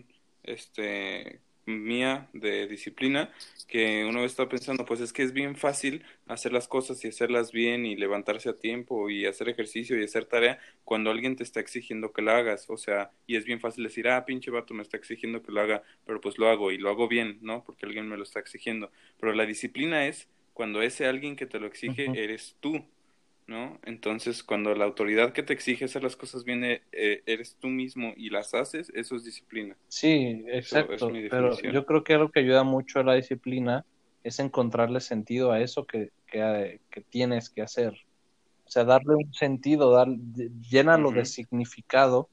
este, mía de disciplina, que una vez estaba pensando, pues es que es bien fácil hacer las cosas y hacerlas bien y levantarse a tiempo y hacer ejercicio y hacer tarea cuando alguien te está exigiendo que la hagas, o sea, y es bien fácil decir, ah, pinche vato me está exigiendo que lo haga, pero pues lo hago y lo hago bien, ¿no? Porque alguien me lo está exigiendo, pero la disciplina es cuando ese alguien que te lo exige Uh-huh. eres tú, ¿no? Entonces, cuando la autoridad que te exige hacer las cosas bien eh, eres tú mismo y las haces, eso es disciplina. Sí, exacto, eso es mi pero definición. yo creo que algo que ayuda mucho a la disciplina es encontrarle sentido a eso que, que, que tienes que hacer. O sea, darle un sentido, dar, llénalo uh-huh. de significado.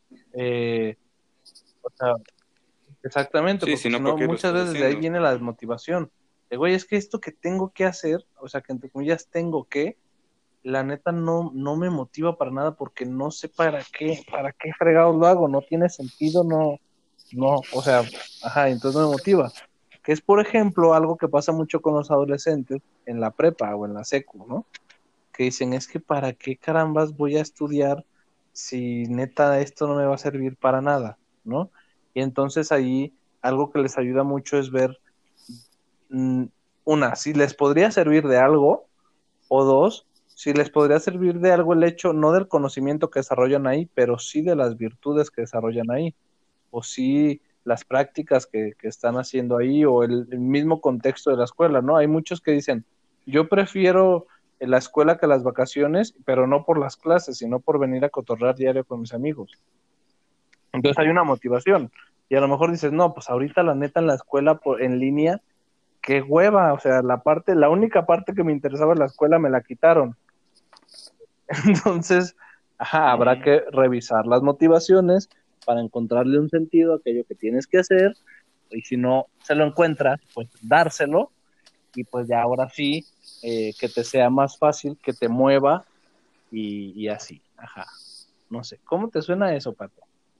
Eh, o sea, exactamente, sí, porque si no, si no, muchas veces haciendo? De ahí viene la desmotivación. De, güey, es que esto que tengo que hacer, o sea, que entre comillas tengo que, la neta no, no me motiva para nada porque no sé para qué, para qué fregados lo hago, no tiene sentido, no, no, o sea, ajá, entonces no me motiva. Que es, por ejemplo, algo que pasa mucho con los adolescentes en la prepa o en la secu, ¿no? Que dicen, es que para qué carambas voy a estudiar si neta esto no me va a servir para nada, ¿no? Y entonces ahí algo que les ayuda mucho es ver, mmm, una, si les podría servir de algo, o dos, si les podría servir de algo el hecho, no del conocimiento que desarrollan ahí, pero sí de las virtudes que desarrollan ahí, o sí las prácticas que, que están haciendo ahí, o el, el mismo contexto de la escuela, ¿no? Hay muchos que dicen, yo prefiero la escuela que las vacaciones, pero no por las clases, sino por venir a cotorrear diario con mis amigos. Entonces hay una motivación, y a lo mejor dices, no, pues ahorita la neta en la escuela por, en línea, qué hueva, o sea, la parte, la única parte que me interesaba en la escuela me la quitaron. Entonces, ajá, habrá que revisar las motivaciones para encontrarle un sentido a aquello que tienes que hacer, y si no se lo encuentras, pues dárselo, y pues ya ahora sí, eh, que te sea más fácil, que te mueva, y, y así, ajá. No sé, ¿cómo te suena eso, Pato?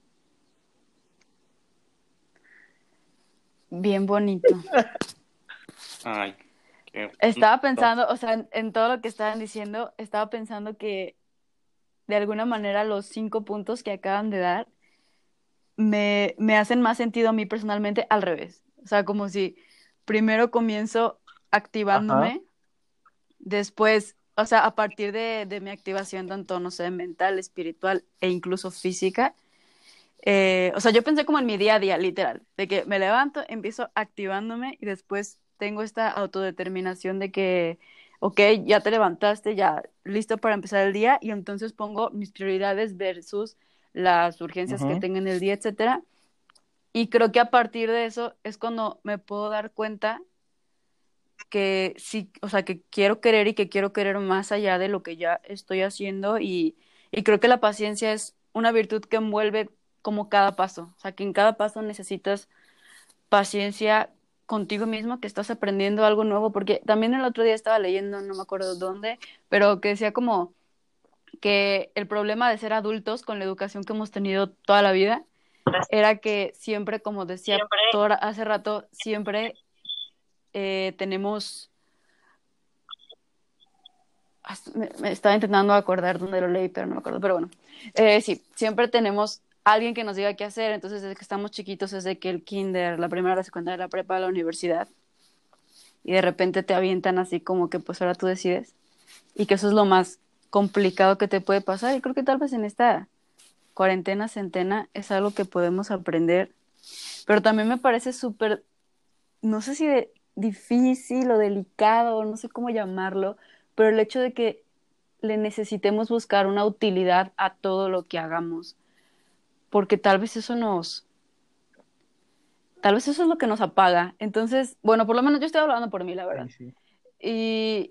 Bien bonito. Ay, qué... Estaba pensando, o sea, en, en todo lo que estaban diciendo, estaba pensando que de alguna manera los cinco puntos que acaban de dar me, me hacen más sentido a mí personalmente al revés. O sea, como si primero comienzo activándome, ajá, después, o sea, a partir de, de mi activación tanto, no sé, mental, espiritual e incluso física, eh, o sea, yo pensé como en mi día a día, literal, de que me levanto, empiezo activándome y después tengo esta autodeterminación de que, ok, ya te levantaste, ya listo para empezar el día, y entonces pongo mis prioridades versus las urgencias uh-huh. que tengo en el día, etcétera. Y creo que a partir de eso es cuando me puedo dar cuenta que sí, o sea, que quiero querer y que quiero querer más allá de lo que ya estoy haciendo, y, y creo que la paciencia es una virtud que envuelve como cada paso, o sea, que en cada paso necesitas paciencia contigo mismo, que estás aprendiendo algo nuevo, porque también el otro día estaba leyendo, no me acuerdo dónde, pero que decía como que el problema de ser adultos con la educación que hemos tenido toda la vida era que siempre, como decía Tora hace rato, siempre eh, tenemos... Me, me estaba intentando acordar dónde lo leí, pero no me acuerdo, pero bueno. Eh, sí, siempre tenemos alguien que nos diga qué hacer, entonces desde que estamos chiquitos, desde que el kinder, la primera, la secundaria, la prepa, la universidad, y de repente te avientan así como que pues ahora tú decides, y que eso es lo más complicado que te puede pasar, y creo que tal vez en esta cuarentena, centena, es algo que podemos aprender, pero también me parece súper, no sé si de, difícil o delicado, no sé cómo llamarlo, pero el hecho de que le necesitemos buscar una utilidad a todo lo que hagamos, porque tal vez eso nos, tal vez eso es lo que nos apaga. Entonces, bueno, por lo menos yo estoy hablando por mí, la verdad. Sí, sí. Y,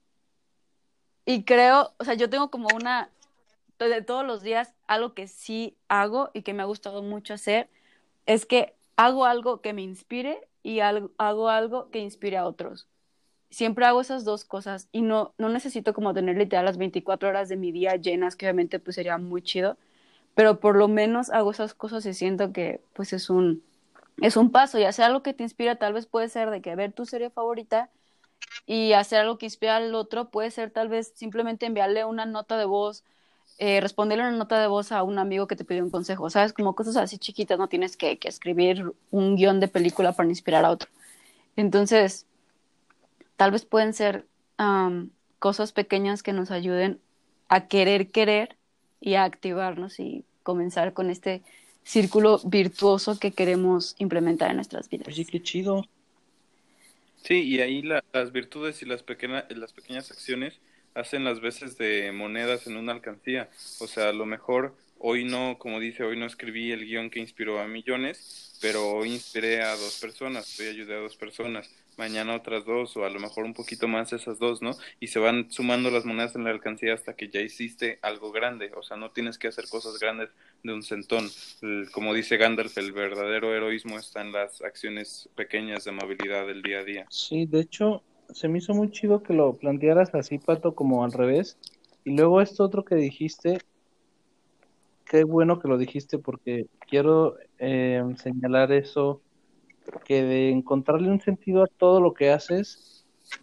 y creo, o sea, yo tengo como una, de todos los días, algo que sí hago y que me ha gustado mucho hacer, es que hago algo que me inspire y algo, hago algo que inspire a otros. Siempre hago esas dos cosas y no, no necesito como tener literal las veinticuatro horas de mi día llenas, que obviamente pues sería muy chido, pero por lo menos hago esas cosas y siento que pues es un, es un paso, y hacer algo que te inspira tal vez puede ser de que ver tu serie favorita, y hacer algo que inspira al otro puede ser tal vez simplemente enviarle una nota de voz, eh, responderle una nota de voz a un amigo que te pidió un consejo, ¿sabes? Como cosas así chiquitas, no tienes que, que escribir un guión de película para inspirar a otro. Entonces, tal vez pueden ser um, cosas pequeñas que nos ayuden a querer querer y a activarnos y comenzar con este círculo virtuoso que queremos implementar en nuestras vidas. Oye, qué chido. Sí, y ahí la- las virtudes y las, pequeña, las pequeñas acciones hacen las veces de monedas en una alcancía. O sea, a lo mejor hoy no, como dice, hoy no escribí el guión que inspiró a millones, pero hoy inspiré a dos personas, hoy ayudé a dos personas, mañana otras dos, o a lo mejor un poquito más esas dos, ¿no? Y se van sumando las monedas en la alcancía hasta que ya hiciste algo grande. O sea, no tienes que hacer cosas grandes de un centón. El- como dice Gandalf, el verdadero heroísmo está en las acciones pequeñas de amabilidad del día a día. Sí, de hecho, se me hizo muy chido que lo plantearas así, Pato, como al revés. Y luego esto otro que dijiste, qué bueno que lo dijiste porque quiero eh, señalar eso, que de encontrarle un sentido a todo lo que haces,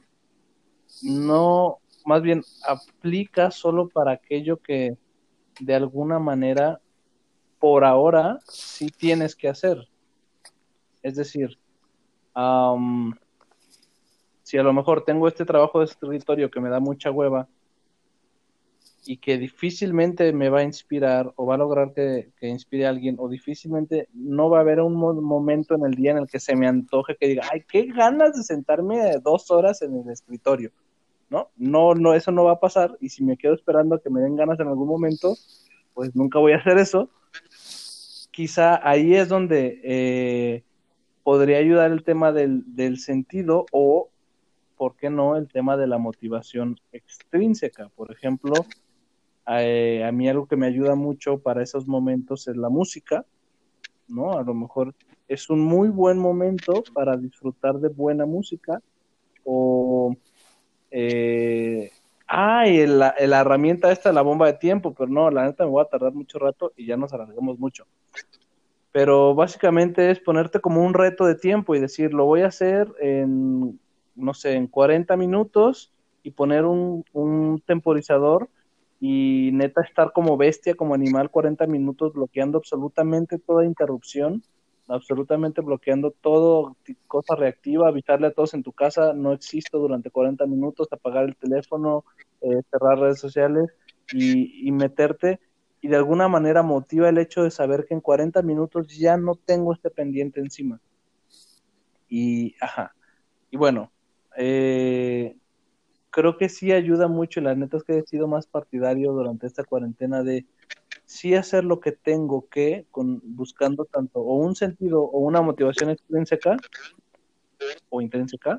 no, más bien aplica solo para aquello que de alguna manera, por ahora, sí tienes que hacer. Es decir, am, si a lo mejor tengo este trabajo de escritorio que me da mucha hueva y que difícilmente me va a inspirar o va a lograr que, que inspire a alguien, o difícilmente no va a haber un mo- momento en el día en el que se me antoje que diga, ay, qué ganas de sentarme dos horas en el escritorio, ¿no? No, no, eso no va a pasar, y si me quedo esperando a que me den ganas en algún momento, pues nunca voy a hacer eso. Quizá ahí es donde eh, podría ayudar el tema del, del sentido, o, ¿por qué no?, el tema de la motivación extrínseca. Por ejemplo, eh, a mí algo que me ayuda mucho para esos momentos es la música, ¿no? A lo mejor es un muy buen momento para disfrutar de buena música, o... Eh, ah, y la, la herramienta esta, la bomba de tiempo, pero no, la neta me voy a tardar mucho rato y ya nos alargamos mucho. Pero básicamente es ponerte como un reto de tiempo y decir, lo voy a hacer en, no sé, en cuarenta minutos, y poner un, un temporizador y neta estar como bestia, como animal, cuarenta minutos bloqueando absolutamente toda interrupción, absolutamente bloqueando todo, cosa reactiva, avisarle a todos en tu casa, no existo durante cuarenta minutos, apagar el teléfono, eh, cerrar redes sociales, y, y meterte, y de alguna manera motiva el hecho de saber que en cuarenta minutos ya no tengo este pendiente encima. Y, ajá, y bueno, eh, creo que sí ayuda mucho, y la neta es que he sido más partidario durante esta cuarentena de sí hacer lo que tengo que, con, buscando tanto o un sentido o una motivación extrínseca o intrínseca,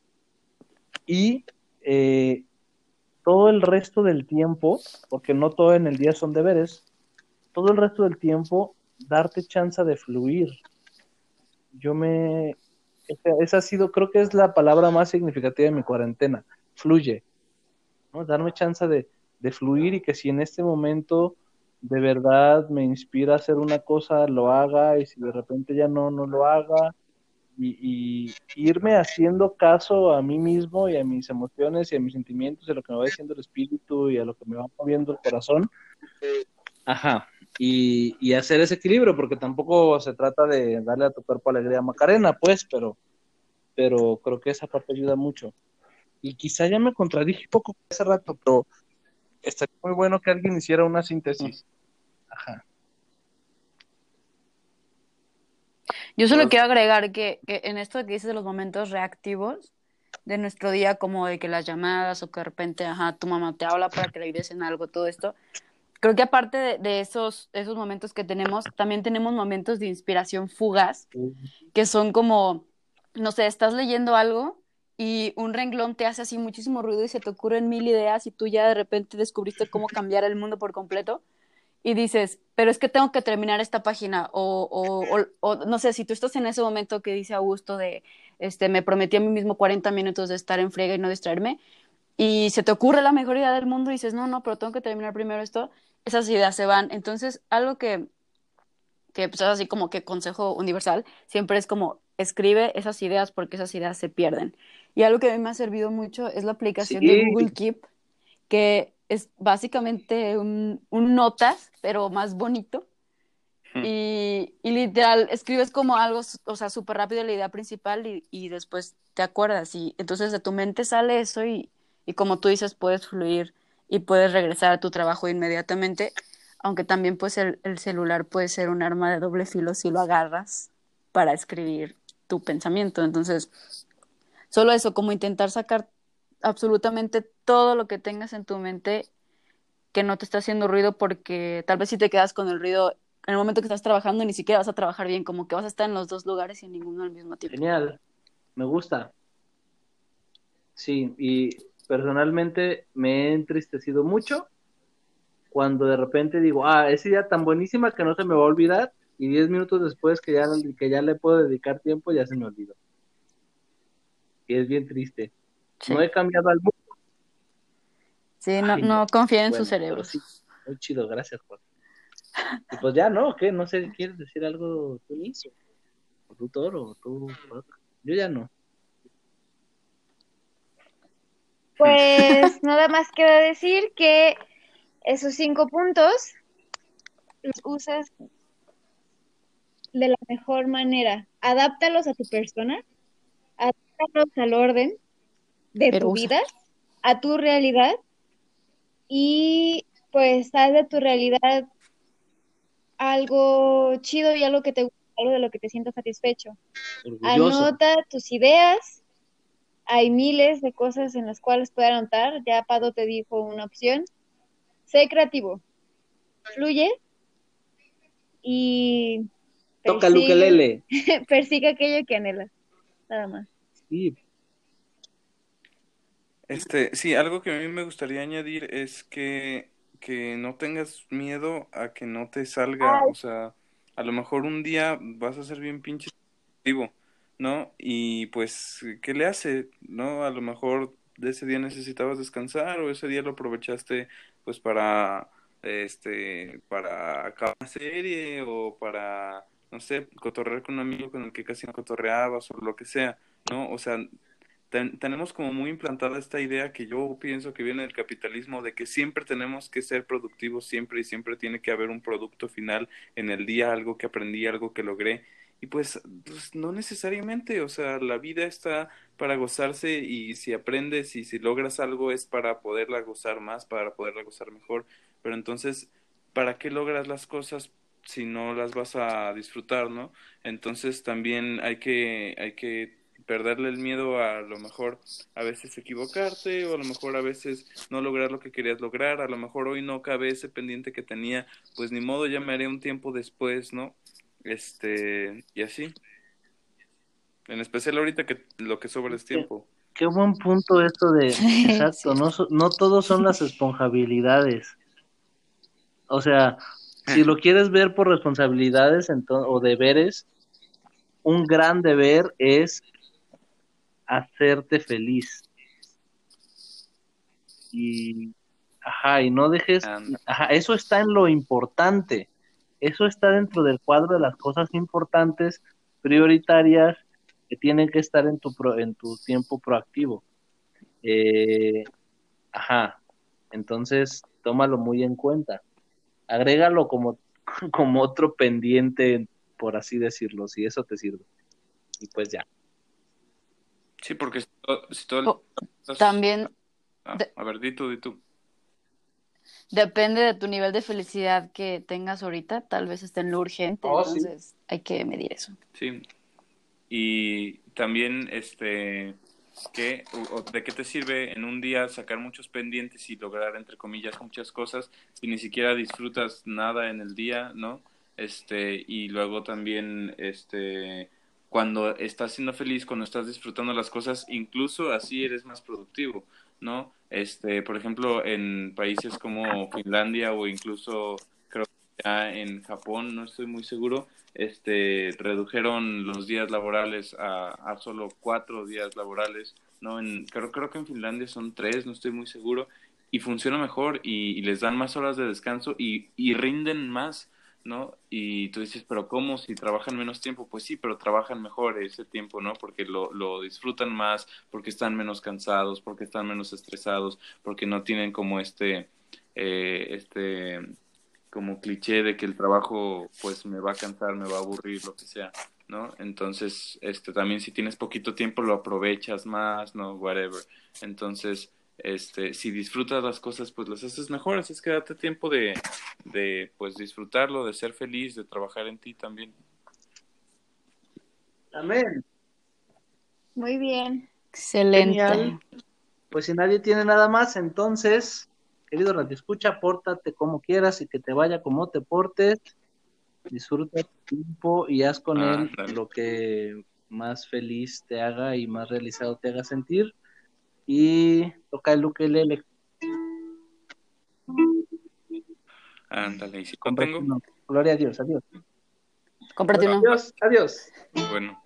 y eh, todo el resto del tiempo, porque no todo en el día son deberes, todo el resto del tiempo darte chance de fluir. Yo me... Esa, esa ha sido, creo que es la palabra más significativa de mi cuarentena, fluye, ¿no? Darme chance de, de fluir y que si en este momento de verdad me inspira a hacer una cosa, lo haga, y si de repente ya no, no lo haga, y, y irme haciendo caso a mí mismo y a mis emociones y a mis sentimientos, y a lo que me va diciendo el espíritu y a lo que me va moviendo el corazón. Ajá, y, y hacer ese equilibrio, porque tampoco se trata de darle a tu cuerpo alegría Macarena, pues, pero, pero creo que esa parte ayuda mucho. Y quizá ya me contradije un poco hace rato, pero estaría muy bueno que alguien hiciera una síntesis. Ajá. Yo solo quiero agregar que, que en esto que dices de los momentos reactivos de nuestro día, como de que las llamadas o que de repente, ajá, tu mamá te habla para que le ayudes en algo, todo esto, creo que aparte de, de esos, esos momentos que tenemos, también tenemos momentos de inspiración fugaz, que son como, no sé, estás leyendo algo y un renglón te hace así muchísimo ruido y se te ocurren mil ideas y tú ya de repente descubriste cómo cambiar el mundo por completo y dices, pero es que tengo que terminar esta página o, o, o, o no sé, si tú estás en ese momento que dice Augusto de, este, me prometí a mí mismo cuarenta minutos de estar en friega y no distraerme, y se te ocurre la mejor idea del mundo y dices, no, no, pero tengo que terminar primero esto, esas ideas se van. Entonces, algo que, que pues, es así como que consejo universal, siempre es como, escribe esas ideas porque esas ideas se pierden. Y algo que a mí me ha servido mucho es la aplicación de Sí, Google Keep, que es básicamente un, un notas, pero más bonito. Y, y literal, escribes como algo, o sea, súper rápido la idea principal y, y después te acuerdas. Y entonces de tu mente sale eso y, y como tú dices, puedes fluir y puedes regresar a tu trabajo inmediatamente. Aunque también pues el, el celular puede ser un arma de doble filo si lo agarras para escribir tu pensamiento. Entonces, solo eso, como intentar sacar absolutamente todo lo que tengas en tu mente que no te está haciendo ruido, porque tal vez si te quedas con el ruido en el momento que estás trabajando ni siquiera vas a trabajar bien, como que vas a estar en los dos lugares y en ninguno al mismo tiempo. genial, me gusta. Sí, y personalmente me he entristecido mucho cuando de repente digo, ah, esa idea tan buenísima que no se me va a olvidar, y diez minutos después que ya, que ya le puedo dedicar tiempo, ya se me olvidó. Y es bien triste. Sí, No he cambiado al mundo. sí, no, Ay, no no. confíen en Bueno, sus pero cerebros. sí, muy chido, gracias, Juan. Y pues ya, ¿no? ¿Qué? No sé, ¿quieres decir algo tú, Liz? ¿O tú, Toro? ¿O tú? Yo ya no. Pues nada más queda decir que esos cinco puntos los usas de la mejor manera. Adáptalos a tu persona, adáptalos al orden de Pero tu usa. vida, a tu realidad y pues haz de tu realidad algo chido y algo que te gusta, algo de lo que te sientas satisfecho. Orgulloso. Anota tus ideas. Hay miles de cosas en las cuales puedes anotar. Ya Pado te dijo una opción. Sé creativo, fluye y Toca el persigue, ukelele. persigue aquello que anhelas. Nada más. Sí, Este, sí, algo que a mí me gustaría añadir es que, que no tengas miedo a que no te salga, o sea, a lo mejor un día vas a ser bien pinche activo, ¿no? Y pues, ¿qué le hace? ¿No? A lo mejor de ese día necesitabas descansar o ese día lo aprovechaste pues para, este, para acabar una serie o para, no sé, cotorrear con un amigo con el que casi no cotorreabas o lo que sea, ¿no? O sea, ten- tenemos como muy implantada esta idea que yo pienso que viene del capitalismo, de que siempre tenemos que ser productivos, siempre y siempre tiene que haber un producto final en el día, algo que aprendí, algo que logré. Y pues, pues no necesariamente, o sea, la vida está para gozarse y si aprendes y si logras algo es para poderla gozar más, para poderla gozar mejor. Pero entonces, ¿para qué logras las cosas si no las vas a disfrutar, ¿no? Entonces también hay que, hay que perderle el miedo a lo mejor a veces equivocarte o a lo mejor a veces no lograr lo que querías lograr, a lo mejor hoy no acabé ese pendiente que tenía, pues ni modo, ya me haré un tiempo después, ¿no? Este, y así. En especial ahorita que lo que sobra es qué, tiempo. qué buen punto esto de, exacto, Sí. no, so- no todos son las esponjabilidades. O sea, Si lo quieres ver por responsabilidades ento- o deberes, un gran deber es hacerte feliz. Y, ajá, y no dejes, Anda. ajá, eso está en lo importante. Eso está dentro del cuadro de las cosas importantes, prioritarias, que tienen que estar en tu, pro- en tu tiempo proactivo. Eh, ajá, entonces tómalo muy en cuenta. Agrégalo como, como otro pendiente, por así decirlo, si eso te sirve. Y pues ya. Sí, porque si todo, si todo el- O- también Ah, de- a ver, di tú, di tú. depende de tu nivel de felicidad que tengas ahorita, tal vez esté en lo urgente, Oh, sí. entonces hay que medir eso. Sí. Y también, este, ¿qué, o- o ¿de qué te sirve en un día sacar muchos pendientes y lograr, entre comillas, muchas cosas si ni siquiera disfrutas nada en el día, ¿no? Este, y luego también, este, cuando estás siendo feliz, cuando estás disfrutando las cosas, incluso así eres más productivo, ¿no? Este, por ejemplo, en países como Finlandia o incluso creo que ya en Japón, no estoy muy seguro, este, redujeron los días laborales a, a solo cuatro días laborales, ¿no? En, creo, creo que en Finlandia son tres, no estoy muy seguro, y funciona mejor y, y les dan más horas de descanso y, y rinden más, ¿no? Y tú dices, pero ¿cómo? Si trabajan menos tiempo, pues sí, pero trabajan mejor ese tiempo, ¿no? Porque lo, lo disfrutan más, porque están menos cansados, porque están menos estresados, porque no tienen como este, eh, este como cliché de que el trabajo pues me va a cansar, me va a aburrir, lo que sea, ¿no? Entonces, este también si tienes poquito tiempo lo aprovechas más, ¿no? Whatever. Entonces, este, si disfrutas las cosas, pues las haces mejor, así es que date tiempo de, de pues disfrutarlo, de ser feliz, de trabajar en ti también. Amén. Muy bien. Excelente. Genial. Pues si nadie tiene nada más, entonces, querido Radio Escucha, pórtate como quieras y que te vaya como te portes. Disfruta tu tiempo y haz con Ah, él dale. lo que más feliz te haga y más realizado te haga sentir. Y toca el ukelele. Ándale, y si no Cómprate tengo, uno. Gloria a Dios. Adiós. Cómprate Bueno, uno. adiós. Adiós. bueno.